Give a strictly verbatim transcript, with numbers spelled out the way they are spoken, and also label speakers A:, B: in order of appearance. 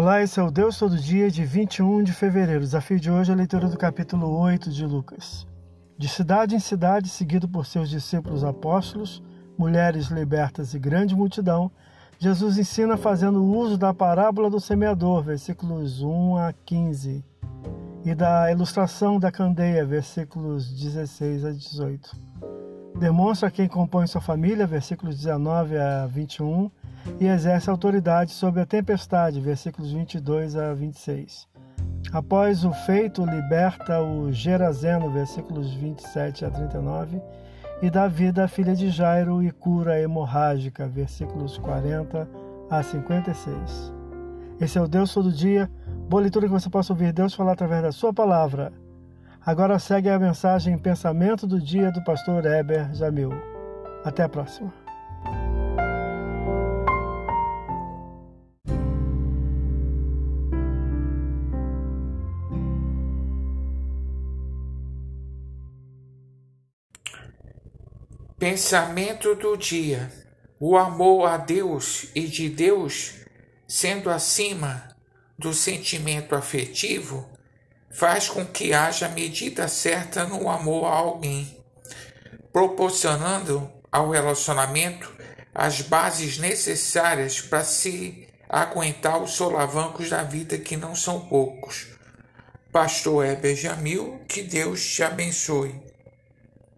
A: Olá, esse é o Deus Todo Dia de vinte e um de fevereiro. O desafio de hoje é a leitura do capítulo oito de Lucas. De cidade em cidade, seguido por seus discípulos apóstolos, mulheres libertas e grande multidão, Jesus ensina fazendo uso da parábola do semeador, versículos um a quinze, e da ilustração da candeia, versículos dezesseis a dezoito. Demonstra quem compõe sua família, versículos dezenove a vinte e um, e exerce autoridade sobre a tempestade, versículos vinte e dois a vinte e seis. Após o feito, liberta o Gerazeno, versículos vinte e sete a trinta e nove, e dá vida à filha de Jairo e cura a hemorrágica, versículos quarenta a cinquenta e seis. Esse é o Deus Todo Dia, boa leitura que você possa ouvir Deus falar através da sua palavra. Agora segue a mensagem Pensamento do Dia do pastor Heber Jamil. Até a próxima.
B: Pensamento do dia. O amor a Deus e de Deus, sendo acima do sentimento afetivo, faz com que haja medida certa no amor a alguém, proporcionando ao relacionamento as bases necessárias para se aguentar os solavancos da vida, que não são poucos. Pastor Heber Jamil, que Deus te abençoe.